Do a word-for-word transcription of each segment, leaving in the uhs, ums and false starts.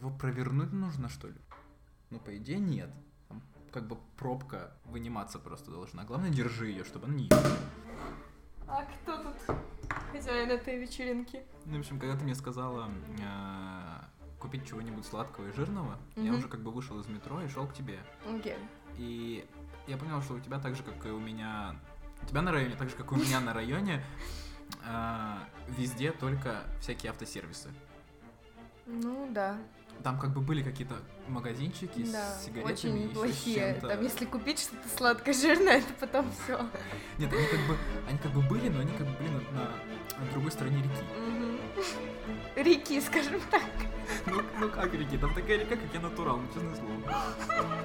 его провернуть нужно, что ли? Ну, по идее, нет. Там как бы пробка выниматься просто должна. Главное, держи ее, чтобы она не... А кто тут хозяин этой вечеринки? Ну, в общем, когда ты мне сказала э, купить чего-нибудь сладкого и жирного, Мгм. я уже как бы вышел из метро и шел к тебе. Окей. И я понял, что у тебя так же, как и у меня... У тебя на районе, так же, как и у меня на районе, э, везде только всякие автосервисы. Ну, да. Там как бы были какие-то магазинчики Да, с сигаретами очень и ещё с неплохие. чем-то. Там, если купить что-то сладко-жирное, это потом все. Нет, они как бы, они как бы были, но они как бы были на, на- на другой стороне реки. Реки, скажем так. Ну, ну как реки? Там такая река, как я натурал, ну честное слово.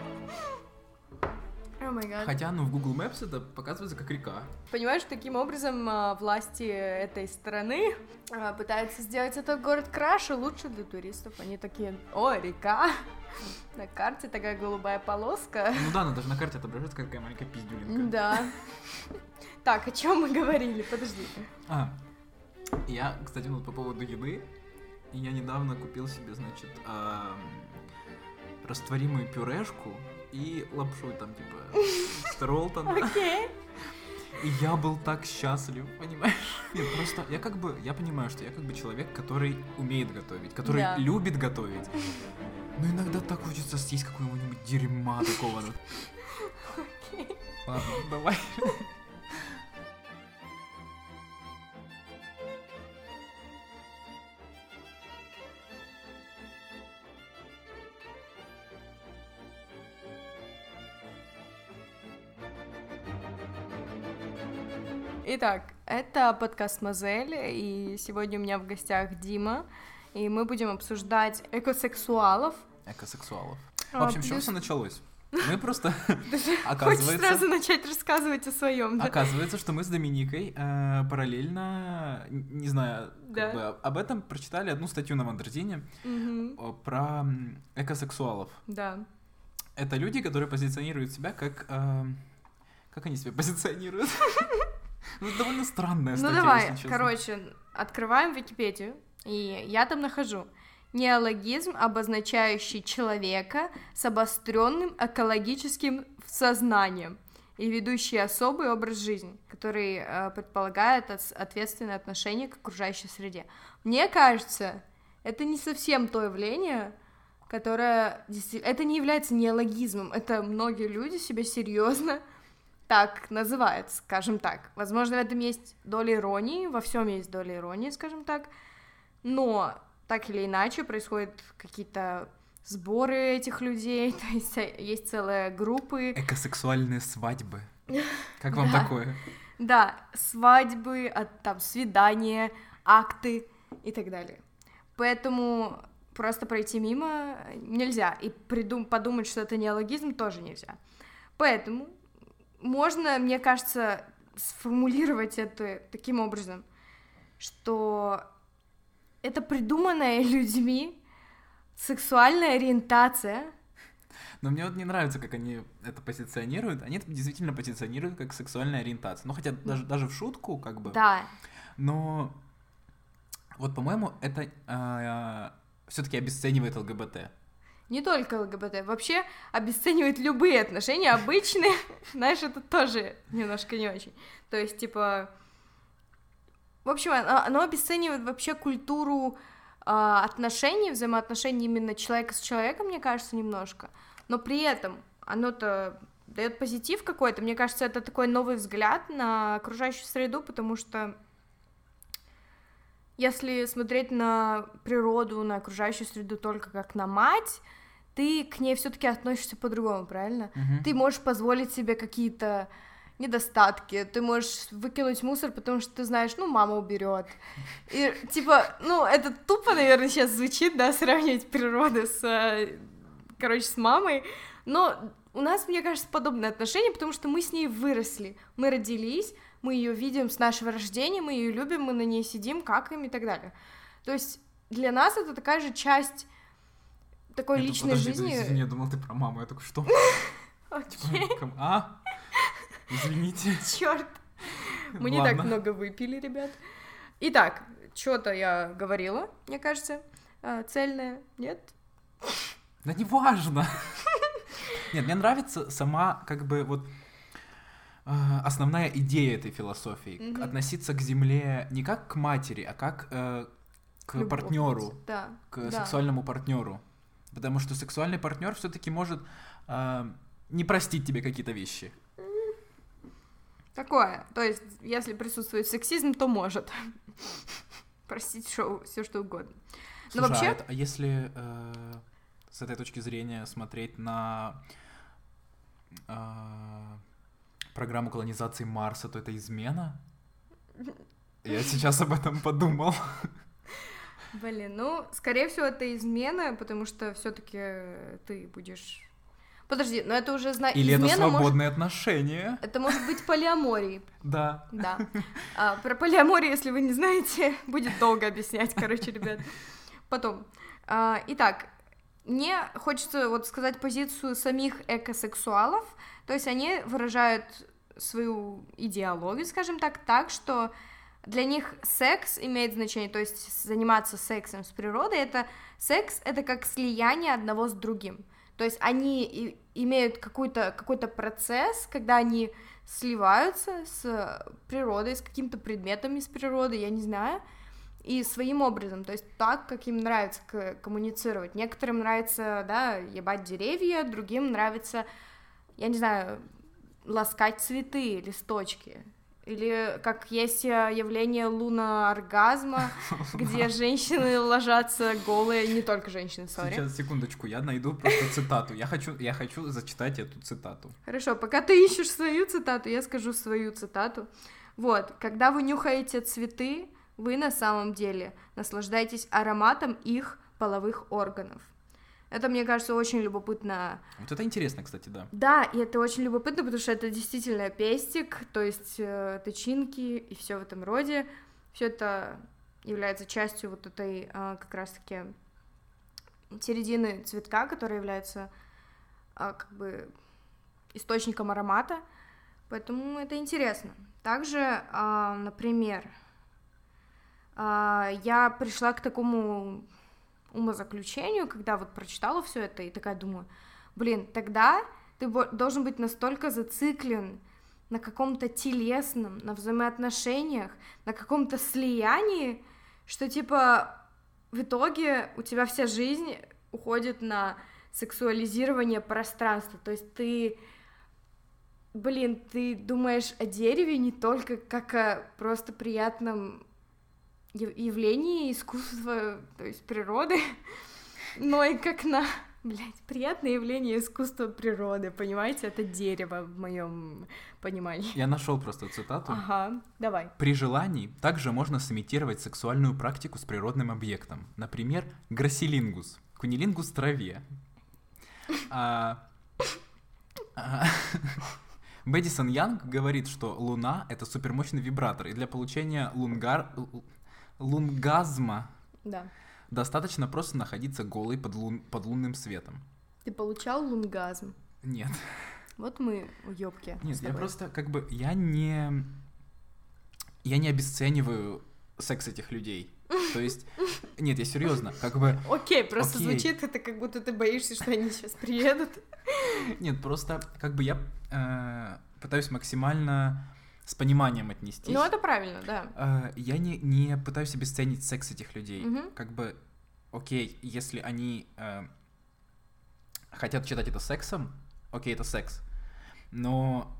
О май гад. Хотя, ну в Google Maps это показывается как река. Понимаешь, таким образом а, власти этой страны а, пытаются сделать этот город краше, лучше для туристов. Они такие: о, река, на карте такая голубая полоска. Ну да, она даже на карте отображается, как такая маленькая пиздюлинка. Да. Так, о чем мы говорили? Подожди. А, я, кстати, вот по поводу еды, я недавно купил себе, значит, ам, растворимую пюрешку и лапшу там, типа, Ролтон. Окей. И я был так счастлив, понимаешь? Нет, просто я как бы, я понимаю, что я как бы человек, который умеет готовить, который Да. любит готовить. Но иногда так хочется съесть какого-нибудь дерьма такого. ну. Окей. Ладно, давай. Итак, это подкаст Мозель, и сегодня у меня в гостях Дима, и мы будем обсуждать экосексуалов. Экосексуалов. В А, общем, с чего плюс- все началось? Мы просто, Хочешь оказывается, сразу начать рассказывать о своем, да? оказывается, что мы с Доминикой э, параллельно, н- не знаю, Да. как бы об этом прочитали одну статью на Вандерзине Мгм. о- про м, экосексуалов. Да. Это люди, которые позиционируют себя как... э, как они себя позиционируют? Ну, это довольно странная Ну статья, давай, если честно. короче, открываем Википедию, и я там нахожу неологизм, обозначающий человека с обостренным экологическим сознанием и ведущий особый образ жизни, который э, предполагает от- ответственное отношение к окружающей среде. Мне кажется, это не совсем то явление, которое... действи- Это не является неологизмом, это многие люди себя серьезно так называют, скажем так. Возможно, в этом есть доля иронии, во всем есть доля иронии, скажем так, но так или иначе происходят какие-то сборы этих людей, то есть э, есть целые группы, Экосексуальные свадьбы. Как вам Да. такое? да, свадьбы, а, там, свидания, акты и так далее. Поэтому просто пройти мимо нельзя, и придум- подумать, что это неологизм, тоже нельзя. Поэтому можно, мне кажется, сформулировать это таким образом, что это придуманная людьми сексуальная ориентация. Но мне вот не нравится, как они это позиционируют. Они это действительно позиционируют как сексуальная ориентация. Ну, хотя даже, даже в шутку, как бы. Да, Но вот, по-моему, это все-таки обесценивает ЛГБТ. не только ЛГБТ, вообще обесценивает любые отношения обычные, знаешь, это тоже немножко не очень. То есть, типа, в общем, оно, оно обесценивает вообще культуру а, отношений, взаимоотношений именно человека с человеком, мне кажется, немножко, но при этом оно-то дает позитив какой-то, мне кажется, это такой новый взгляд на окружающую среду, потому что если смотреть на природу, на окружающую среду только как на мать, ты к ней все-таки относишься по-другому, правильно? Мгм. Ты можешь позволить себе какие-то недостатки, ты можешь выкинуть мусор, потому что ты знаешь, ну, мама уберет. И, типа, ну, это тупо, наверное, сейчас звучит, да, сравнивать природу с, э, короче, с мамой, но у нас, мне кажется, подобные отношения, потому что мы с ней выросли, мы родились, мы ее видим с нашего рождения, мы ее любим, мы на ней сидим, какаем и так далее. То есть для нас это такая же часть такой Я тут- личной подожди, жизни. Извини, я думал, ты про маму. Я такой, что? Окей, Ком- А? Извините. черт. Мы не так Ладно. много выпили, ребят. Итак, что-то я говорила, мне кажется, а, цельное, нет? Да не важно. Нет, мне нравится сама, как бы, вот, э, основная идея этой философии. Мгм. Относиться к Земле не как к матери, а как э, к Любовница. партнеру, Да. к да. сексуальному партнеру. Потому что сексуальный партнер все-таки может э, не простить тебе какие-то вещи. Такое. То есть, если присутствует сексизм, то может. Простите, шоу, все что угодно. Но Слушай, вообще... а, это- а если э, с этой точки зрения смотреть на э, программу колонизации Марса, то это измена? Я сейчас об этом подумал. Блин, ну, скорее всего, это измена, потому что все-таки ты будешь... Подожди, но это уже знаешь... Или это измена может... свободные отношения? Это может быть полиаморий. Да. Да. А, про полиаморию, если вы не знаете, будет долго объяснять, короче, ребят. Потом. А, итак, мне хочется вот сказать позицию самих экосексуалов, то есть они выражают свою идеологию, скажем так, так, что для них секс имеет значение, то есть заниматься сексом с природой, это секс, это как слияние одного с другим. То есть они и, имеют какой-то, какой-то процесс, когда они сливаются с природой, с каким-то предметом из природы, я не знаю, и своим образом, то есть так, как им нравится к- коммуницировать. Некоторым нравится, да, ебать деревья, другим нравится, я не знаю, ласкать цветы, листочки. Или как есть э, явление лунооргазма, где женщины ложатся голые, не только женщины, сори. Сейчас, секундочку, я найду просто цитату. Я хочу, я хочу зачитать эту цитату. Хорошо, пока ты ищешь свою цитату, я скажу свою цитату. Вот, когда вы нюхаете цветы, вы на самом деле наслаждаетесь ароматом их половых органов. Это, мне кажется, очень любопытно. Вот это интересно, кстати, да. Да, и это очень любопытно, потому что это действительно пестик, то есть э, тычинки и все в этом роде. Все это является частью вот этой э, как раз-таки середины цветка, которая является э, как бы источником аромата. Поэтому это интересно. Также, э, например, э, я пришла к такому умозаключению, когда вот прочитала все это и такая думаю, блин, тогда ты должен быть настолько зациклен на каком-то телесном, на взаимоотношениях, на каком-то слиянии, что типа в итоге у тебя вся жизнь уходит на сексуализирование пространства, то есть ты, блин, ты думаешь о дереве не только как о просто приятном явлении искусства, то есть природы, но и как на, блядь, приятное явление искусства природы, понимаете? Это дерево в моем понимании. Я нашел просто цитату. Ага, давай. При желании также можно сымитировать сексуальную практику с природным объектом. Например, грасилингус, кунилингус траве. А, а, Мэдисон Янг говорит, что Луна — это супермощный вибратор, и для получения лунгар... лунгазма Да. достаточно просто находиться голой под, лун... под лунным светом. Ты получал лунгазм? Нет. Вот мы уёбки. Нет, я просто как бы, я не... Я не обесцениваю секс этих людей. То есть, нет, я серьезно, как бы... Окей, просто окей. звучит это, как будто ты боишься, что они сейчас приедут. Нет, просто как бы я э, пытаюсь максимально с пониманием отнестись. Ну, это правильно, да. Э, я не, не пытаюсь обесценить секс этих людей. Мгм. Как бы, окей, если они э, хотят считать это сексом, окей, это секс. Но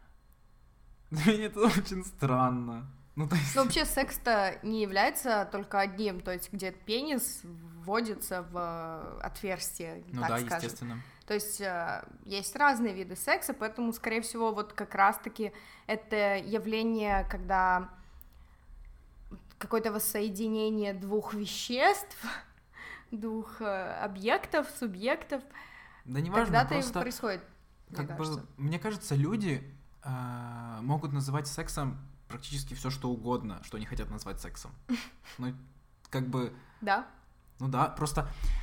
для меня это очень странно. Ну, то есть... Но вообще секс-то не является только одним, то есть где пенис вводится в отверстие, Ну так да, скажем. естественно. То есть э, есть разные виды секса, поэтому, скорее всего, вот как раз-таки это явление, когда какое-то воссоединение двух веществ, двух э, объектов, субъектов, Да не важно, когда-то и просто происходит, мне как кажется. бы, мне кажется, люди э, могут называть сексом практически все, что угодно, что они хотят назвать сексом. Ну, как бы, Да? ну да, просто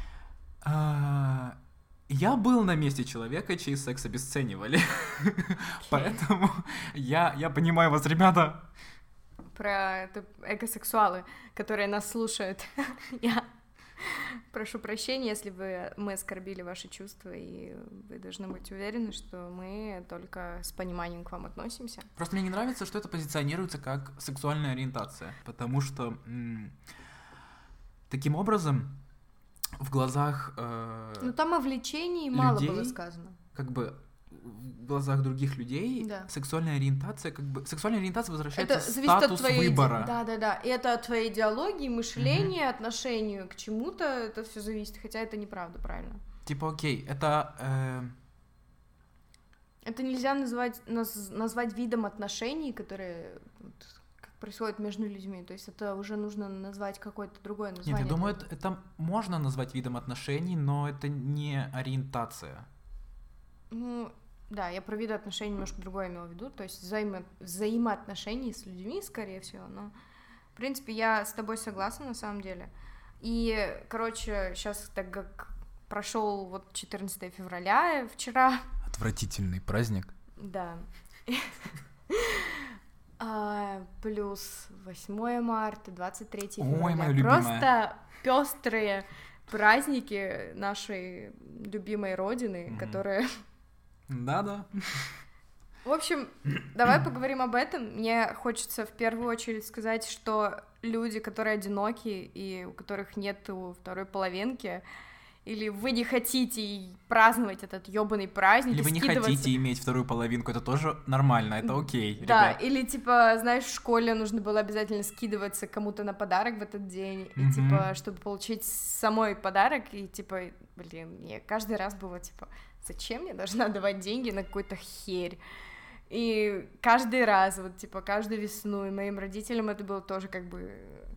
э, я был на месте человека, чей секс обесценивали. Поэтому я, я понимаю вас, ребята. Про это экосексуалы, которые нас слушают. Я Прошу прощения, если вы, мы оскорбили ваши чувства, и вы должны быть уверены, что мы только с пониманием к вам относимся. Просто мне не нравится, что это позиционируется как сексуальная ориентация, потому что м- таким образом в глазах э- Ну там о влечении людей, мало было сказано. Как бы в глазах других людей Да. сексуальная ориентация, как бы сексуальная ориентация возвращается Это в зависит от статус твоей выбора. иде- Да, да, да. И это от твоей идеологии, мышления, отношению к чему-то. Это все зависит, хотя это неправда, правильно. Типа, окей, это э, Это нельзя назвать, наз- назвать видом отношений, которые вот, как происходят между людьми. То есть это уже нужно назвать какое-то другое название. нет, я думаю, для это, это можно назвать видом отношений, но это не ориентация. Ну, да, я про виды отношений немножко другое имела в виду, то есть взаимо... взаимоотношений с людьми, скорее всего, но, в принципе, я с тобой согласна на самом деле. И, короче, сейчас, так как прошел вот четырнадцатое февраля вчера... Отвратительный праздник. Да. А, плюс восьмое марта, двадцать третье Ой, февраля. моя любимая. Просто пестрые праздники нашей любимой родины, Мгм. которые... Да-да. В общем, давай поговорим об этом. Мне хочется в первую очередь сказать, что люди, которые одиноки и у которых нету второй половинки, или вы не хотите праздновать этот ёбаный праздник, Или и вы не скидываться- хотите иметь вторую половинку, это тоже нормально, это окей, Да, ребят. или типа, знаешь, в школе нужно было обязательно скидываться кому-то на подарок в этот день, и Мгм. типа, чтобы получить самой подарок, и типа, блин, мне каждый раз было типа, зачем я должна давать деньги на какую-то херь? И каждый раз, вот типа, каждую весну, и моим родителям это было тоже как бы,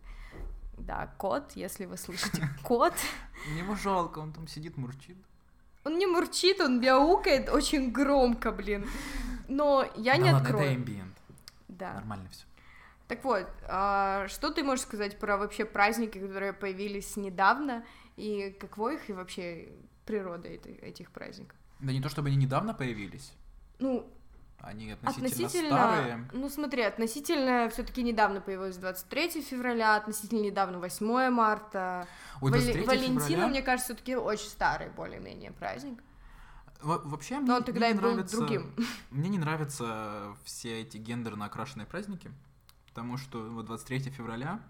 да, кот, если вы слышите, кот. Мне его жалко, он там сидит, мурчит. Он не мурчит, он мяукает очень громко, блин. Но я да не ладно, открою. это эмбиент, Да. нормально все. Так вот, а, что ты можешь сказать про вообще праздники, которые появились недавно, и каково их и вообще природа этой- этих праздников? Да не то, чтобы они недавно появились, Ну, они относительно, относительно, старые. ну смотри, относительно все-таки недавно появилось двадцать третье февраля, относительно недавно восьмое марта. Ой, Вали- двадцать третьего Валентина, февраля... мне кажется, все-таки очень старый более-менее праздник. Во- Вообще, мне, Но он тогда мне и не был нравится... другим. Мне не нравятся все эти гендерно окрашенные праздники, потому что вот двадцать третьего февраля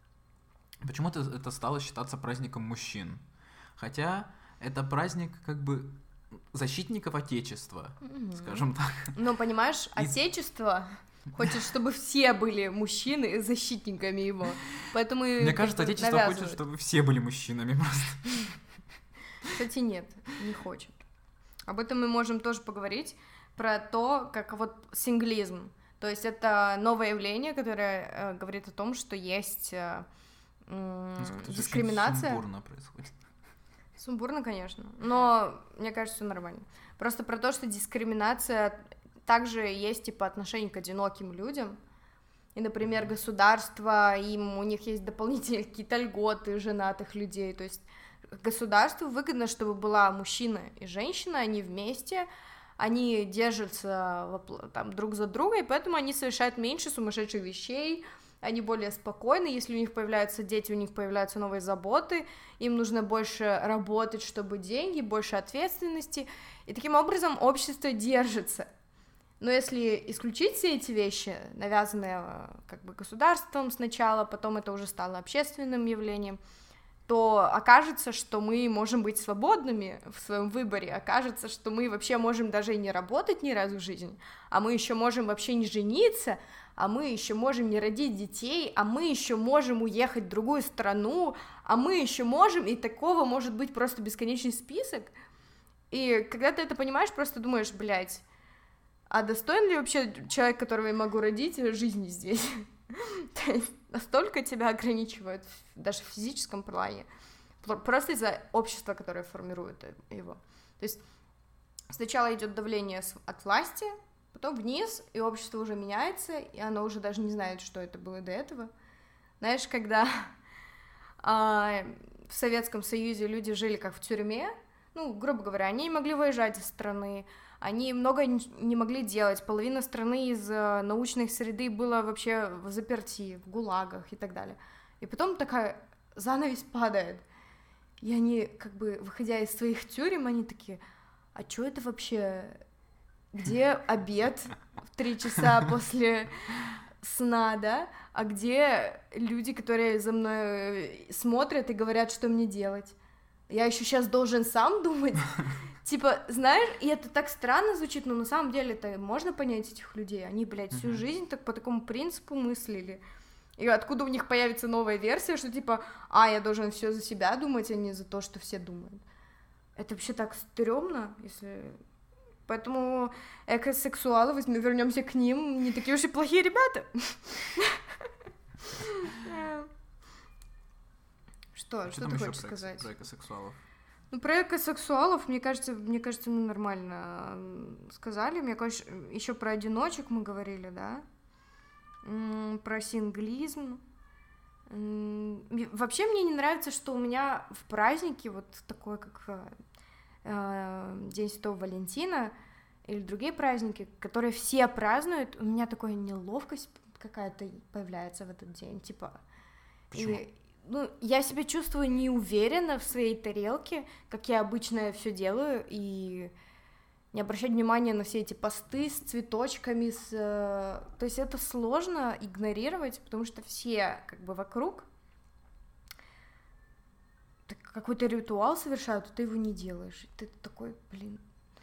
почему-то это стало считаться праздником мужчин. Хотя это праздник как бы защитников Отечества, Мгм. скажем так. Но понимаешь, И- отечество хочет, чтобы все были мужчины защитниками его. Поэтому и Мне как кажется, бы Отечество навязывают. хочет, чтобы все были мужчинами просто. Кстати, нет, не хочет. Об этом мы можем тоже поговорить, про то, как вот синглизм. То есть это новое явление, которое э, говорит о том, что есть э, м, Ну, как-то очень дискриминация. сумбурно происходит. Сумбурно, конечно, но мне кажется, все нормально. Просто про то, что дискриминация также есть и по отношению к одиноким людям. И, например, государство, им, у них есть дополнительные какие-то льготы женатых людей. То есть государству выгодно, чтобы была мужчина и женщина, они вместе, они держатся вопл- там, друг за друга, и поэтому они совершают меньше сумасшедших вещей, они более спокойны, если у них появляются дети, у них появляются новые заботы, им нужно больше работать, чтобы деньги, больше ответственности, и таким образом общество держится. Но если исключить все эти вещи, навязанные э, как бы государством сначала, потом это уже стало общественным явлением, то окажется, что мы можем быть свободными в своем выборе, окажется, что мы вообще можем даже и не работать ни разу в жизни, а мы еще можем вообще не жениться, а мы еще можем не родить детей, а мы еще можем уехать в другую страну, а мы еще можем, и такого может быть просто бесконечный список. И когда ты это понимаешь, просто думаешь, блядь, а достоин ли вообще человек, которого я могу родить, жизни здесь? То есть настолько тебя ограничивают даже в физическом плане, просто из-за общества, которое формирует его. То есть сначала идет давление от власти, потом вниз, и общество уже меняется, и оно уже даже не знает, что это было до этого. Знаешь, когда а, в Советском Союзе люди жили как в тюрьме, ну, грубо говоря, они не могли выезжать из страны, они много не могли делать, половина страны из научной среды была вообще в заперти, в гулагах и так далее. И потом такая занавес падает, И они, как бы, выходя из своих тюрем, они такие, а чё это вообще? Где обед в три часа после сна, да? А где люди, которые за мной смотрят и говорят, что мне делать? Я еще сейчас должен сам думать? Типа, знаешь, и это так странно звучит, но на самом деле это можно понять этих людей. Они, блядь, всю жизнь так по такому принципу мыслили. И откуда у них появится новая версия, что типа, а, я должен все за себя думать, а не за то, что все думают. Это вообще так стрёмно, если... Поэтому экосексуалы, возьми, вернемся к ним, не такие уж и плохие ребята. Что, что ты хочешь сказать? Про экосексуалов. Ну, про экосексуалов, мне кажется, мне кажется, мы нормально сказали. Мне кажется, еще про одиночек мы говорили, да? Про синглизм. Вообще мне не нравится, что у меня в празднике вот такой, как День Святого Валентина или другие праздники, которые все празднуют, у меня такая неловкость какая-то появляется в этот день, типа... Почему? И, ну, я себя чувствую неуверенно в своей тарелке, как я обычно все делаю, и не обращать внимания на все эти посты с цветочками, с... То есть это сложно игнорировать, потому что все как бы вокруг какой-то ритуал совершают, а ты его не делаешь. И ты такой, блин...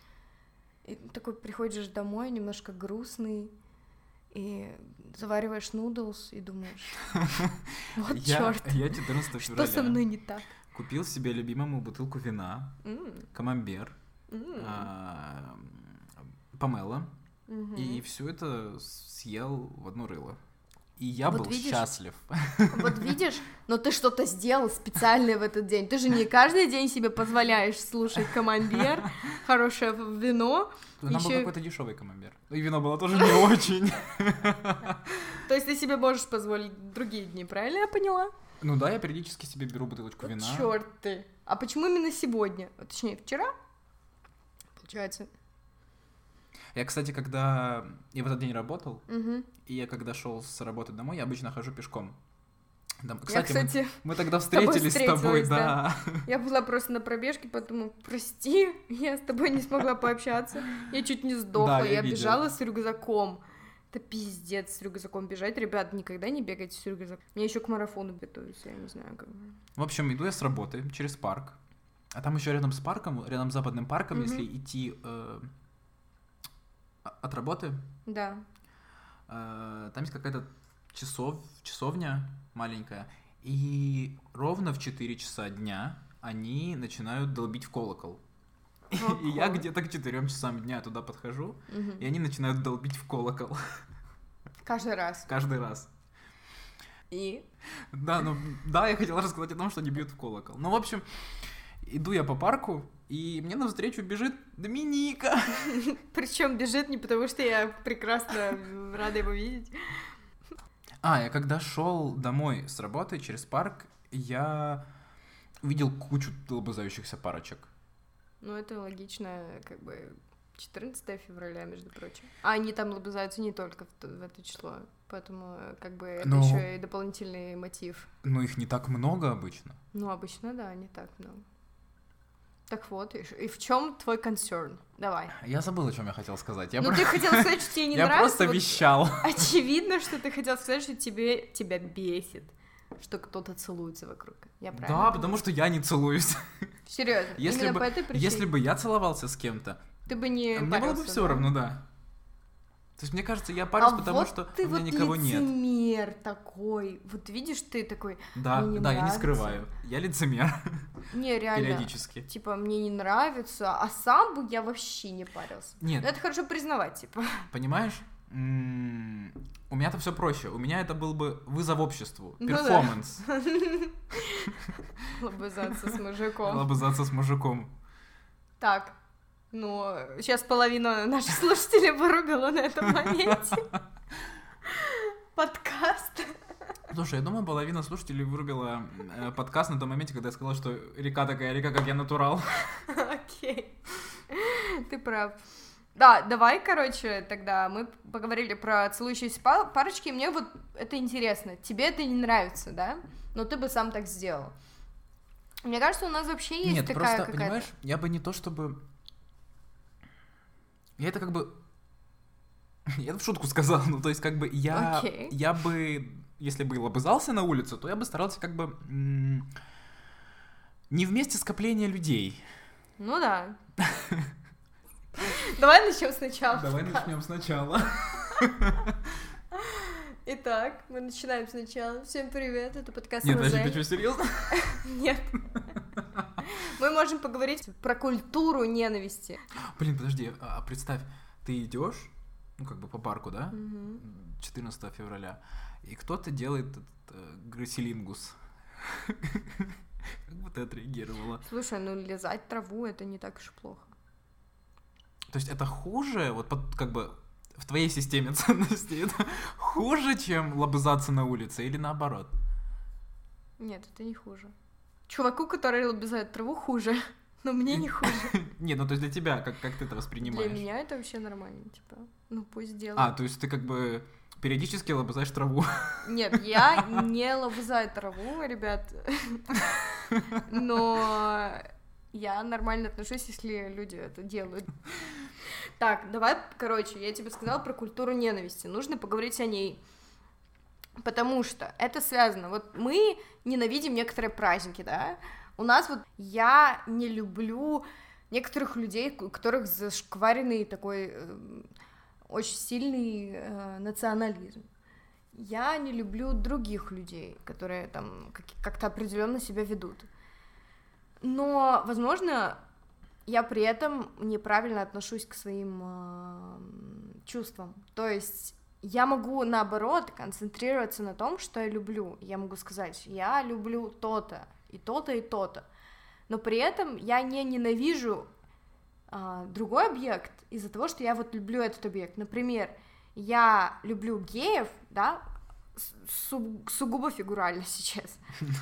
И такой приходишь домой, немножко грустный, и завариваешь нудлс и думаешь, вот чёрт, я четырнадцатого февраля что со мной не так? Купил себе любимому бутылку вина, Mm. камамбер, Mm. а, помело, Mm-hmm. и все это съел в одно рыло. И я Вот был видишь? счастлив. Вот видишь, но ты что-то сделал специальное в этот день. Ты же не каждый день себе позволяешь слушать камамбер, хорошее вино. Нам был ещё- какой-то дешевый камамбер. И вино было тоже не очень. То есть ты себе можешь позволить другие дни, правильно я поняла? Ну да, я периодически себе беру бутылочку вина. Черт ты. А почему именно сегодня? А, Точнее, вчера? Получается. Я, кстати, когда... Я в этот день работал, Угу. и я когда шел с работы домой, я обычно хожу пешком. Дом- Я, Кстати, мы- кстати, мы, тогда тобой встретились с тобой, встретилась, да. я была просто на пробежке, поэтому прости, я с тобой не смогла пообщаться. Я чуть не сдохла, Да, я я видел. бежала с рюкзаком. Это пиздец с рюкзаком бежать. Ребят, никогда не бегайте с рюкзаком. Мне еще к марафону готовиться, я не знаю, как. В общем, иду я с работы через парк. А там еще рядом с парком, рядом с западным парком, Мгм. если идти э, от работы, Да. э, там есть какая-то часов, часовня маленькая, и ровно в четыре часа дня они начинают долбить в колокол. И я Ого. где-то к четырем часам дня туда подхожу, Мгм. и они начинают долбить в колокол Каждый раз. каждый раз. И? Да, ну да, я хотел рассказать о том, что они бьют в колокол. Ну, в общем, иду я по парку, и мне навстречу бежит Доминика. Причем бежит не потому, что я прекрасно рада его видеть. А, я когда шел домой с работы через парк, я увидел кучу лобызающихся парочек. Ну, это логично, как бы четырнадцатое февраля, между прочим. А они там лобызаются не только в, т- в это число, поэтому как бы это Но- еще и дополнительный мотив. Но их не так много обычно. Ну, обычно, да, не так много. Так вот, и, ш- и в чем твой концерн? Давай. Я забыл, о чем я хотел сказать. Я, Ну, про- ты хотел сказать, что тебе не я нравится. просто вот вещал. Очевидно, что ты хотел сказать, что тебе тебя бесит, что кто-то целуется вокруг. Я правильно? Да, потому что я не целуюсь. Серьезно. Если Именно бы- по этой причине. Если бы я целовался с кем-то, ты бы не мне было бы парился, все да? равно, да. То есть мне кажется, я парюсь, А потому вот что ты у меня вот никого нет. лицемер такой. Вот видишь, ты такой, Да, мне не да, я не нравится. скрываю. Я лицемер не, реально, периодически. типа, мне не нравится, а сам бы я вообще не парился. Нет, Но это хорошо признавать, типа. понимаешь? М, У меня-то все проще. У меня это был бы вызов обществу, Ну да. перформанс. Лобызаться с мужиком. Лобызаться с мужиком. Так, ну, сейчас половина наших слушателей выругала на этом моменте. Подкаст. Слушай, я думаю, половина слушателей вырубила э, подкаст на том моменте, когда я сказал, что река такая река, как я натурал. Окей, ты прав. Да, давай, короче, тогда мы поговорили про целующиеся па- парочки, и мне вот это интересно. Тебе это не нравится, да? Но ты бы сам так сделал. Мне кажется, у нас вообще есть Нет, такая просто, какая-то... понимаешь, я бы не то чтобы... Я это как бы... Я это в шутку сказал, ну, то есть, как бы, я... Окей. Я бы... Если бы лобызался на улице, то я бы старался, как бы... м, Не вместе скопления людей. Ну да. Давай начнем сначала. Давай начнем сначала. Итак, мы начинаем сначала. Всем привет, это подкаст Нет, «Розэ». подожди, ты что, серьезно? Нет. Мы можем поговорить про культуру ненависти. Блин, подожди, а представь, ты идешь, ну, как бы по парку, да? четырнадцатого февраля, и кто-то делает этот, э, грасилингус. Как бы ты отреагировала? Слушай, ну лизать траву — это не так уж и плохо. То есть это хуже, вот под- как бы в твоей системе ценностей, это хуже, чем лобызаться на улице, или наоборот? Нет, это не хуже. Чуваку, который лобызает траву, хуже, но мне не хуже. Нет, ну то есть для тебя, как, как ты это воспринимаешь? Для меня это вообще нормально, типа, ну пусть делает. А, то есть ты как бы периодически лобызаешь траву. Нет, я не лобызаю траву, ребят, но я нормально отношусь, если люди это делают. Так, давай, короче, я тебе сказала про культуру ненависти, нужно поговорить о ней, потому что это связано, вот мы ненавидим некоторые праздники, да, у нас вот, я не люблю некоторых людей, у которых зашкваренный такой э, очень сильный э, национализм. Я не люблю других людей, которые там как- как-то определенно себя ведут. Но, возможно, я при этом неправильно отношусь к своим э, чувствам. То есть я могу, наоборот, концентрироваться на том, что я люблю. Я могу сказать, я люблю то-то, и то-то, и то-то. Но при этом я не ненавижу э, другой объект из-за того, что я вот люблю этот объект. Например, я люблю геев, да, су- сугубо фигурально сейчас.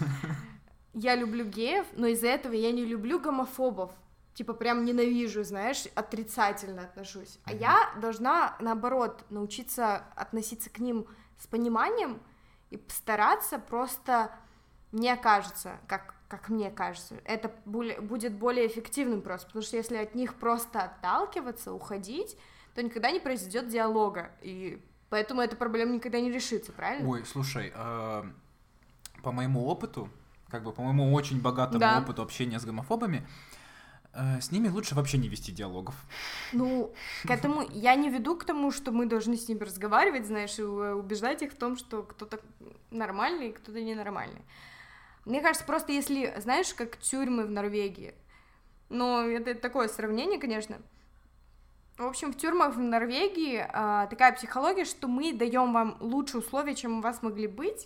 Я люблю геев, но из-за этого я не люблю гомофобов. Типа прям ненавижу, знаешь, отрицательно отношусь. А я должна, наоборот, научиться относиться к ним с пониманием и постараться просто, мне кажется, как, как мне кажется, это более, будет более эффективным просто, потому что если от них просто отталкиваться, уходить, то никогда не произойдет диалога, и поэтому эта проблема никогда не решится, правильно? Ой, слушай, а, по моему опыту, как бы по моему очень богатому Да. опыту общения с гомофобами, э, с ними лучше вообще не вести диалогов. Ну, к этому я не веду к тому, что мы должны с ними разговаривать, знаешь, и у- убеждать их в том, что кто-то нормальный, кто-то ненормальный. Мне кажется, просто если, знаешь, как тюрьмы в Норвегии, ну, это такое сравнение, конечно. В общем, в тюрьмах в Норвегии а, такая психология, что мы даем вам лучшие условия, чем у вас могли быть.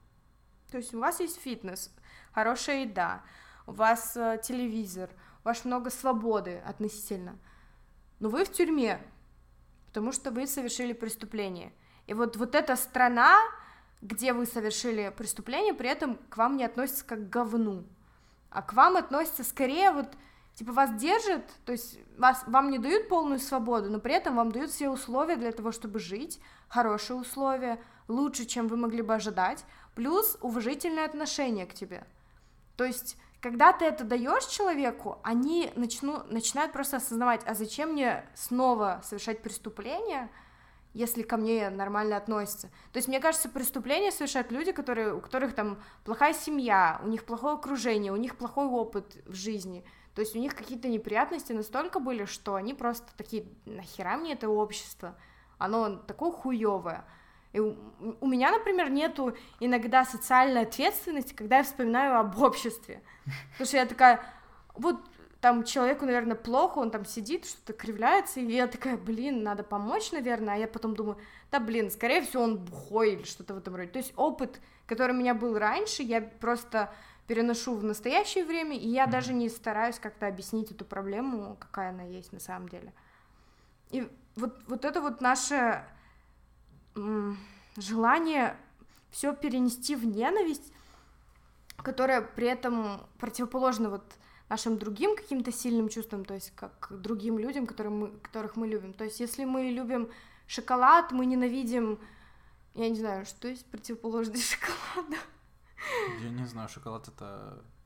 То есть у вас есть фитнес, хорошая еда, у вас а, телевизор, у вас много свободы относительно. Но вы в тюрьме, потому что вы совершили преступление. И вот, вот эта страна, где вы совершили преступление, при этом к вам не относится как к говну, а к вам относится скорее вот, типа вас держат, то есть вас, вам не дают полную свободу, но при этом вам дают все условия для того, чтобы жить, хорошие условия, лучше, чем вы могли бы ожидать, плюс уважительное отношение к тебе. То есть, когда ты это даешь человеку, они начну, начинают просто осознавать, а зачем мне снова совершать преступление, если ко мне нормально относятся. То есть, мне кажется, преступления совершают люди, которые, у которых там плохая семья, у них плохое окружение, у них плохой опыт в жизни. То есть у них какие-то неприятности настолько были, что они просто такие, нахера мне это общество? Оно такое хуёвое. И у, у меня, например, нету иногда социальной ответственности, когда я вспоминаю об обществе. Потому что я такая, вот там человеку, наверное, плохо, он там сидит, что-то кривляется, и я такая, блин, надо помочь, наверное, а я потом думаю, да, блин, скорее всего, он бухой или что-то в этом роде. То есть опыт, который у меня был раньше, я просто переношу в настоящее время, и я mm-hmm. даже не стараюсь как-то объяснить эту проблему, какая она есть на самом деле. И вот, вот это вот наше м- желание все перенести в ненависть, которая при этом противоположна вот нашим другим каким-то сильным чувствам, то есть как другим людям, которым мы, которых мы любим. То есть если мы любим шоколад, мы ненавидим, я не знаю, что есть противоположность шоколада. Я не знаю, шоколад — это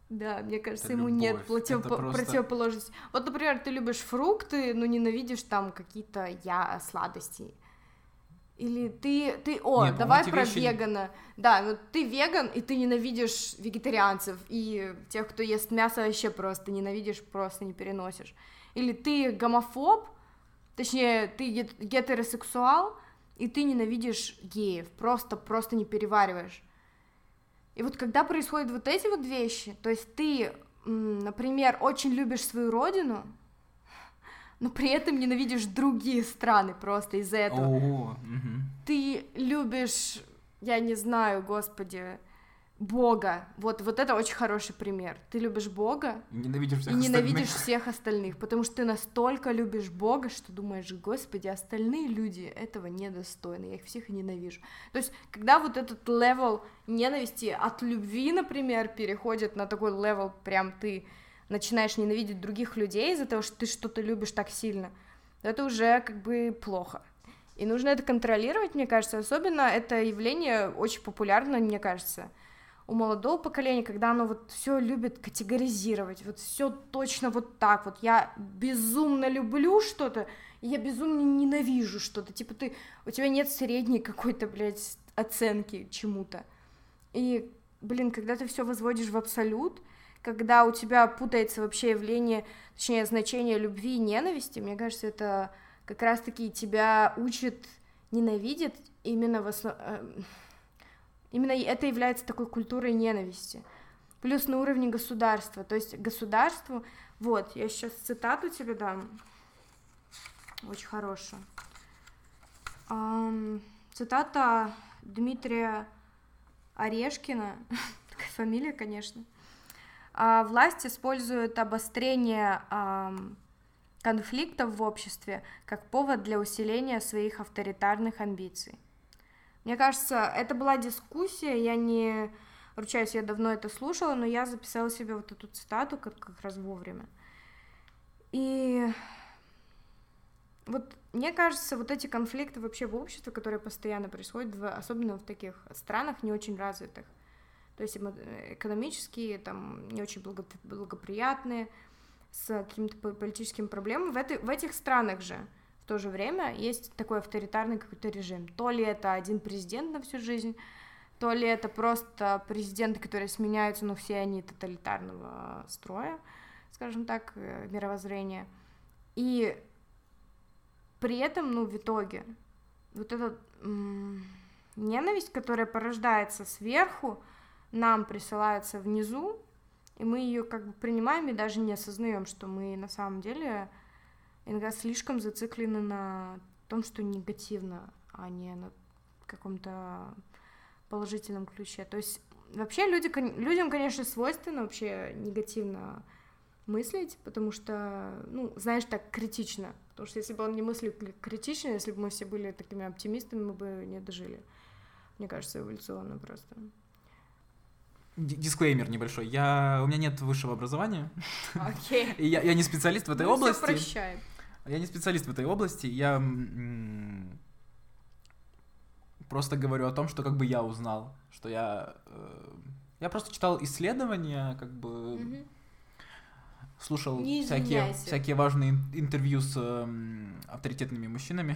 Да, мне кажется, Это ему любовь. нет против... Это просто- противоположности. Вот, например, ты любишь фрукты, но ненавидишь там какие-то я сладости. Или ты, ты, о, Нет, давай эти про вещи- вегана. Да, вот ты веган, и ты ненавидишь вегетарианцев, и тех, кто ест мясо, вообще просто ненавидишь, просто не переносишь. Или ты гомофоб, точнее, ты гет- гетеросексуал, и ты ненавидишь геев, просто, просто не перевариваешь. И вот когда происходят вот эти вот вещи, то есть ты, м, например, очень любишь свою родину, но при этом ненавидишь другие страны просто из-за этого. Ого, мгм. Ты любишь, я не знаю, господи, Бога. Вот, вот это очень хороший пример. Ты любишь Бога И ненавидишь всех и ненавидишь остальных. всех остальных, потому что ты настолько любишь Бога, что думаешь, господи, остальные люди этого недостойны, я их всех ненавижу. То есть, когда вот этот левел ненависти от любви, например, переходит на такой левел, прям ты начинаешь ненавидеть других людей из-за того, что ты что-то любишь так сильно, это уже как бы плохо. И нужно это контролировать, мне кажется, особенно это явление очень популярно, мне кажется, у молодого поколения, когда оно вот все любит категоризировать, вот все точно вот так вот, я безумно люблю что-то, и я безумно ненавижу что-то, типа ты, у тебя нет средней какой-то, блядь, оценки чему-то, и, блин, когда ты все возводишь в абсолют, когда у тебя путается вообще явление, точнее, значение любви и ненависти, мне кажется, это как раз-таки тебя учит ненавидеть именно в основном... Именно это является такой культурой ненависти. Плюс на уровне государства. То есть государству... Вот, я сейчас цитату тебе дам. Очень хорошую. Ам, цитата Дмитрия Орешкина. Такая фамилия, конечно. А, власть использует обострение ам, конфликтов в обществе как повод для усиления своих авторитарных амбиций. Мне кажется, это была дискуссия, я не ручаюсь, я давно это слушала, но я записала себе вот эту цитату как, как раз вовремя. И вот мне кажется, вот эти конфликты вообще в обществе, которые постоянно происходят, в, особенно в таких странах не очень развитых, то есть экономические, там, не очень благо, благоприятные, с какими-то политическими проблемами, в, этой, в этих странах же в то же время есть такой авторитарный какой-то режим. То ли это один президент на всю жизнь, то ли это просто президенты, которые сменяются, но все они тоталитарного строя, скажем так, мировоззрения. И при этом, ну, в итоге, вот эта м- ненависть, которая порождается сверху, нам присылается внизу, и мы ее как бы принимаем и даже не осознаем, что мы на самом деле иногда слишком зациклены на том, что негативно, а не на каком-то положительном ключе. То есть вообще люди, людям, конечно, свойственно вообще негативно мыслить, потому что, ну, знаешь, так критично. Потому что если бы он не мыслил критично, если бы мы все были такими оптимистами, мы бы не дожили. Мне кажется, эволюционно просто. Дисклеймер небольшой. Я... У меня нет высшего образования. Окей. Okay. я, я не специалист в этой Мы области. Всё прощаем. Я не специалист в этой области. Я м- просто говорю о том, что как бы я узнал, что я... Э- я просто читал исследования, как бы... Mm-hmm. Слушал всякие, всякие важные интервью с э- авторитетными мужчинами.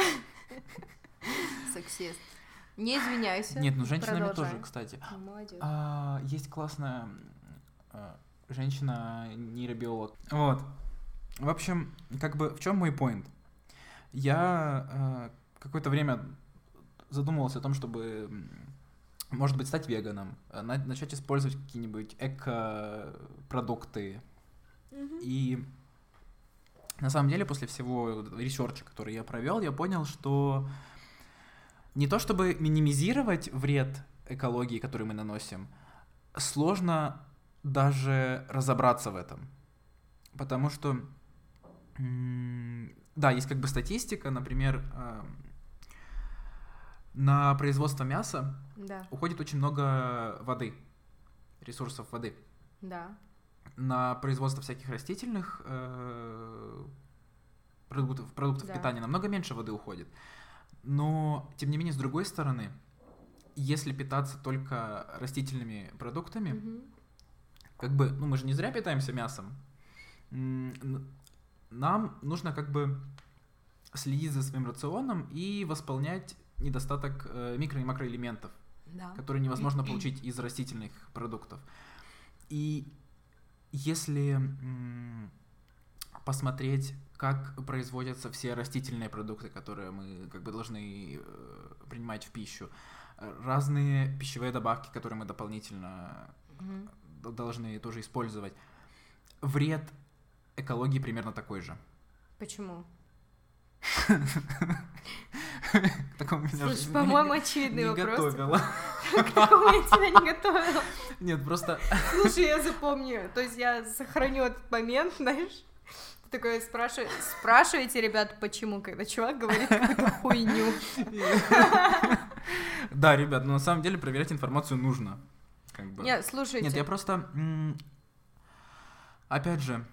Сексист. Не извиняйся. Нет, ну женщинами Продолжай. тоже, кстати. Ну, молодец. А, есть классная а, женщина-нейробиолог. Вот. В общем, как бы в чем мой поинт? Я а, какое-то время задумывался о том, чтобы, может быть, стать веганом, на- начать использовать какие-нибудь эко-продукты. Mm-hmm. И на самом деле, после всего ресерча, который я провел, я понял, что не то чтобы минимизировать вред экологии, который мы наносим, сложно даже разобраться в этом. Потому что, да, есть как бы статистика, например, на производство мяса да. уходит очень много воды, ресурсов воды. Да. На производство всяких растительных э, продуктов, продуктов да. питания намного меньше воды уходит. Но, тем не менее, с другой стороны, если питаться только растительными продуктами, mm-hmm. как бы, ну мы же не зря питаемся мясом. Нам нужно как бы следить за своим рационом и восполнять недостаток э, микро- и макроэлементов, Да. которые невозможно получить из растительных продуктов. И если м, посмотреть, как производятся все растительные продукты, которые мы как бы должны э, принимать в пищу, разные пищевые добавки, которые мы дополнительно Угу. должны тоже использовать, вред экологии примерно такой же. Почему? К такому меня Слушай, не- по-моему, очевидный не вопрос. готовила. К такому я тебя не готовила. Нет, просто... Слушай, я запомню. То есть я сохраню этот момент, знаешь. Ты такой спрашиваешь, спрашиваете, ребят, почему, когда чувак говорит какую-то хуйню. Да, ребят, но на самом деле проверять информацию нужно. Как бы. Нет, слушайте. Нет, я просто... м, Опять же,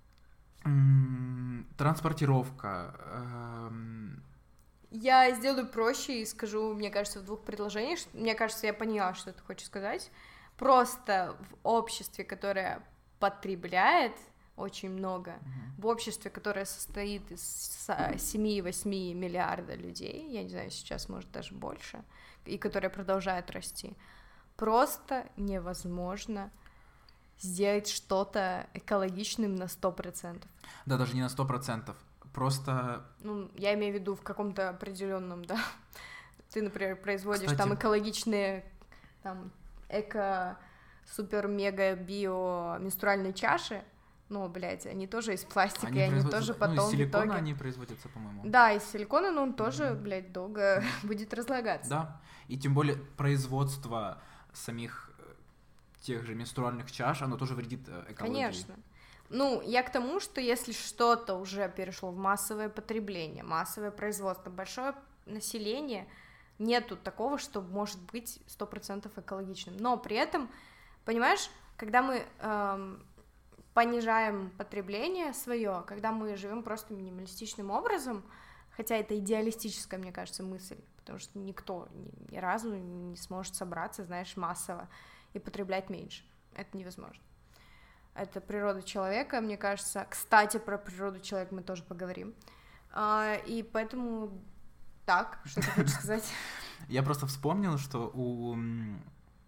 м, транспортировка... эм, Я сделаю проще и скажу, мне кажется, в двух предложениях. что- Мне кажется, я поняла, что ты хочешь сказать. Просто в обществе, которое потребляет очень много, мгм. в обществе, которое состоит из семь-восемь миллиарда людей, я не знаю, сейчас, может, даже больше, и которое продолжает расти, просто невозможно сделать что-то экологичным на сто процентов. Да, даже не на сто процентов. Просто... Ну, я имею в виду в каком-то определенном, да. Ты, например, производишь Кстати. там экологичные, там, эко, супер, мега, био менструальные чаши, ну, блядь, они тоже из пластика, и они производятся- тоже ну, потом из в силикона итоге... они производятся, по-моему. Да, из силикона, но он тоже, Мгм. блядь, долго будет разлагаться. Да, и тем более производство самих э, тех же менструальных чаш, оно тоже вредит э, экологии. Конечно. Ну, я к тому, что если что-то уже перешло в массовое потребление, массовое производство, большое население, нету такого, что может быть сто процентов экологичным. Но при этом, понимаешь, когда мы эм, понижаем потребление свое, когда мы живем просто минималистичным образом, хотя это идеалистическая, мне кажется, мысль, потому что никто ни, ни разу не сможет собраться, знаешь, массово и потреблять меньше. Это невозможно. Это природа человека, мне кажется. Кстати, про природу человека мы тоже поговорим. А, и поэтому так, что ты хочешь сказать? Я просто вспомнил, что у м,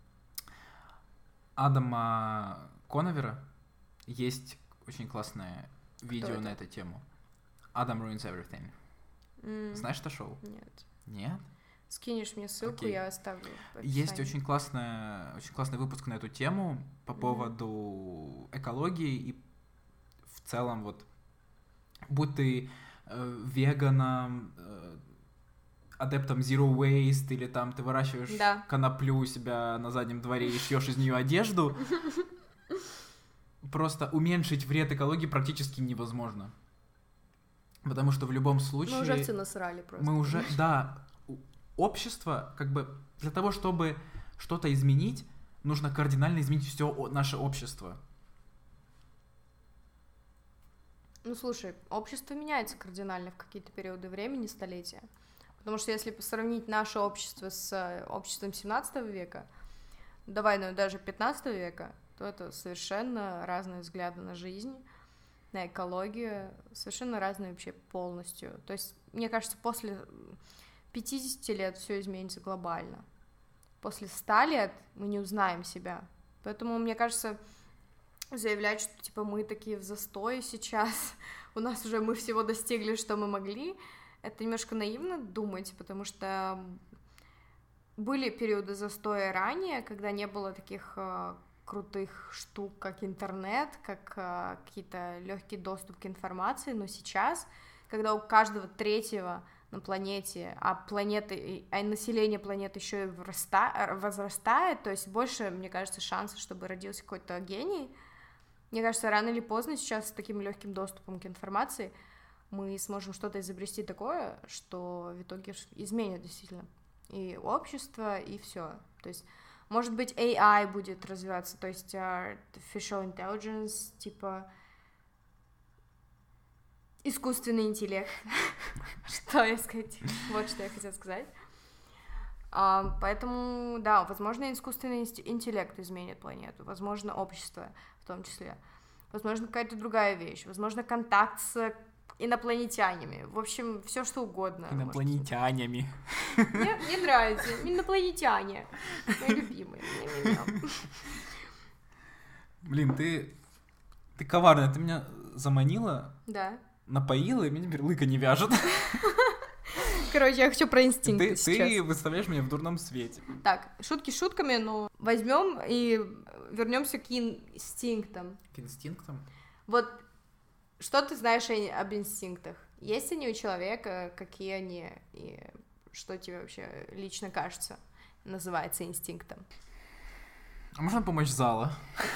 Адама Коновера есть очень классное видео это? на эту тему. Adam Ruins Everything. М, Знаешь это шоу? Нет. Нет? Скинешь мне ссылку, Окей. я оставлю в Есть описании. очень, классная, очень классный выпуск на эту тему по Мгм. поводу экологии и в целом вот будь ты э, веганом, э, адептом Zero Waste или там ты выращиваешь Да. коноплю у себя на заднем дворе и шьешь из нее одежду, просто уменьшить вред экологии практически невозможно. Потому что в любом случае... Мы уже все насрали просто. Мы уже, да, у- общество, как бы, для того, чтобы что-то изменить, нужно кардинально изменить все наше общество. Ну, слушай, общество меняется кардинально в какие-то периоды времени, столетия. Потому что если сравнить наше общество с э, обществом семнадцатого века, давай, ну, даже пятнадцатого века, то это совершенно разные взгляды на жизнь, на экологию, совершенно разные вообще полностью. То есть, мне кажется, после пятидесяти лет все изменится глобально. После ста лет мы не узнаем себя. Поэтому, мне кажется, заявлять, что типа мы такие в застое сейчас, у нас уже мы всего достигли, что мы могли, это немножко наивно думать, потому что были периоды застоя ранее, когда не было таких э, крутых штук, как интернет, как э, какие-то легкий доступ к информации, но сейчас, когда у каждого третьего на планете, а планеты, а население планеты еще и враста- возрастает, то есть больше, мне кажется, шансов, чтобы родился какой-то гений. Мне кажется, рано или поздно сейчас с таким легким доступом к информации мы сможем что-то изобрести такое, что в итоге изменит действительно и общество, и все. То есть, может быть, эй ай будет развиваться, то есть artificial intelligence, типа искусственный интеллект. Что я сказать? Вот что я хотела сказать. А, поэтому, да, возможно, искусственный интеллект изменит планету, возможно, общество в том числе, возможно, какая-то другая вещь, возможно, контакт с инопланетянами, в общем, все что угодно. Инопланетянями. Мне, мне нравится, инопланетяне, мои любимые. Блин, ты, ты коварная, ты меня заманила, да. напоила, и мне теперь лыка не вяжет. Короче, я хочу про инстинкты ты, сейчас. Ты выставляешь меня в дурном свете. Так, шутки шутками, но возьмем и вернемся к инстинктам. К инстинктам? Вот что ты знаешь об инстинктах? Есть они у человека, какие они, и что тебе вообще лично кажется называется инстинктом? А можно помочь зала?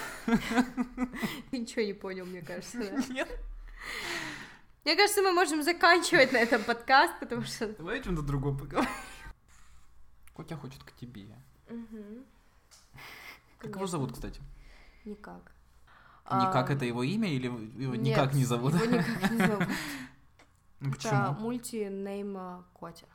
Ты ничего не понял, мне кажется, да? Нет. Мне кажется, мы можем заканчивать на этом подкаст, потому что... Давай о чем-то другом поговорим. Котя хочет к тебе. Угу. Как его зовут, кстати? Никак. Никак а... это его имя или его Нет, никак не зовут? его никак не зовут. Ну почему? Это мульти-нейм Котя.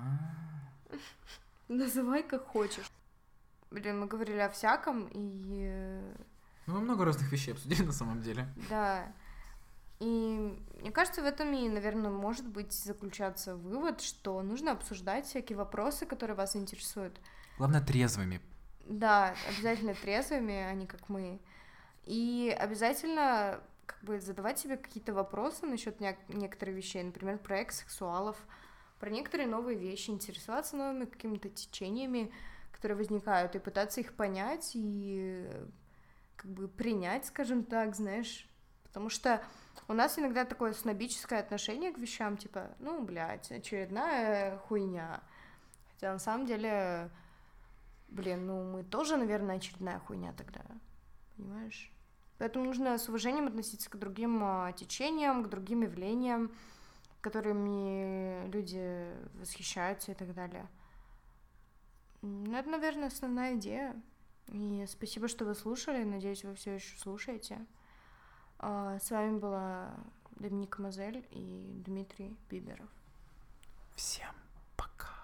Называй как хочешь. Блин, мы говорили о всяком, и... Ну, мы много разных вещей обсудили на самом деле. Да. И мне кажется, в этом и, наверное, может быть заключаться вывод, что нужно обсуждать всякие вопросы, которые вас интересуют. Главное, трезвыми. Да, обязательно трезвыми, а не как мы. И обязательно как бы задавать себе какие-то вопросы насчет не- некоторых вещей, например, про экс-сексуалов, про некоторые новые вещи, интересоваться новыми какими-то течениями, которые возникают, и пытаться их понять и как бы принять, скажем так, знаешь, потому что у нас иногда такое снобическое отношение к вещам, типа, ну, блядь, очередная хуйня, хотя на самом деле, блин, ну, мы тоже, наверное, очередная хуйня тогда, понимаешь? Поэтому нужно с уважением относиться к другим а, течениям, к другим явлениям, которыми люди восхищаются и так далее. Ну, это, наверное, основная идея. И спасибо, что вы слушали. Надеюсь, вы все еще слушаете. С вами была Доминика Мазель и Дмитрий Биберов. Всем пока.